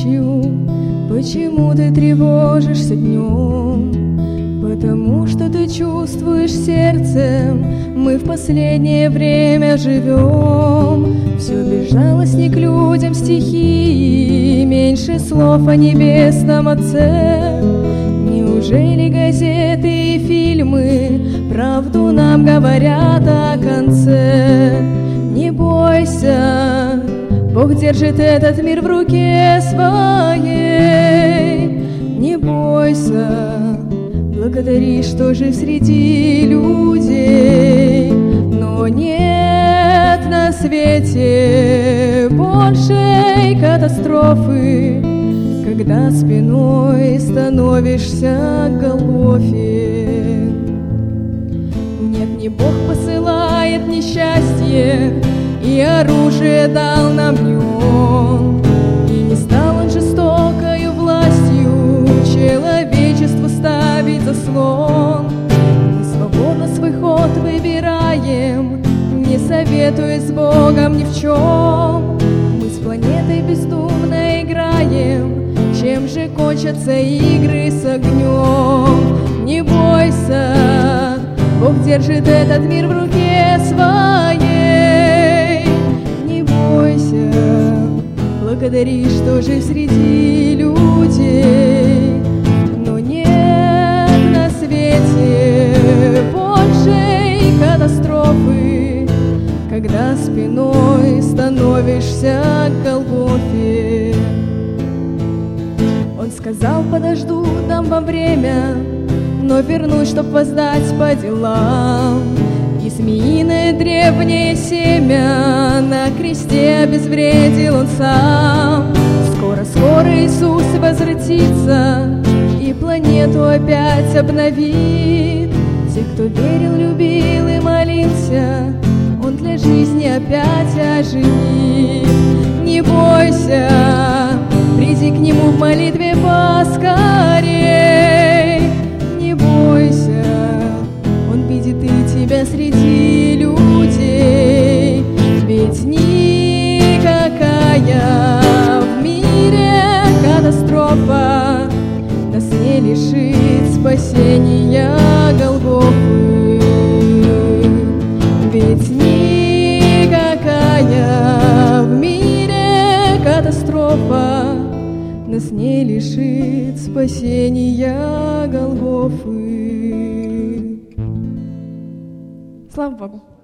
ночью? Почему ты тревожишься днем? Потому что ты чувствуешь сердцем, мы в последнее время живем. Все безжалостней к людям стихи, меньше слов о небесном Отце. Неужели газеты и фильмы правду нам говорят о конце? Не бойся, Бог держит этот мир в руке своей. Не бойся, благодари, что жив среди людей. Но нет на свете большей катастрофы, когда спиной становишься к Голгофе. Нет, не Бог посылает несчастье, и оружие дал нам не Он, и не стал Он жестокою властью человечеству ставить заслон. Мы свободно свой ход выбираем, не советуясь с Богом ни в чем. Мы с планетой бездумно играем, чем же кончатся игры с огнем? Не бойся, Бог держит этот мир в руке своей. Не бойся, благодари, что жив среди людей. Но нет на свете большей катастрофы, когда спиной становишься к Голгофе. Он сказал: подожду, дам вам время, но вернусь, чтоб воздать по делам. И змеиное древнее семя на кресте обезвредил Он сам. Скоро Иисус возвратится и планету опять обновит. Тех, кто верил, любил и молился, Он для жизни опять оживит. Не бойся, приди к Нему в молитве поскорей. Не бойся, Он видит и тебя среди людей. Ведь никакая в мире катастрофа нас не лишит спасения Голгофы. Ведь никакая в мире катастрофа нас не лишит спасения Голгофы. Слава Богу!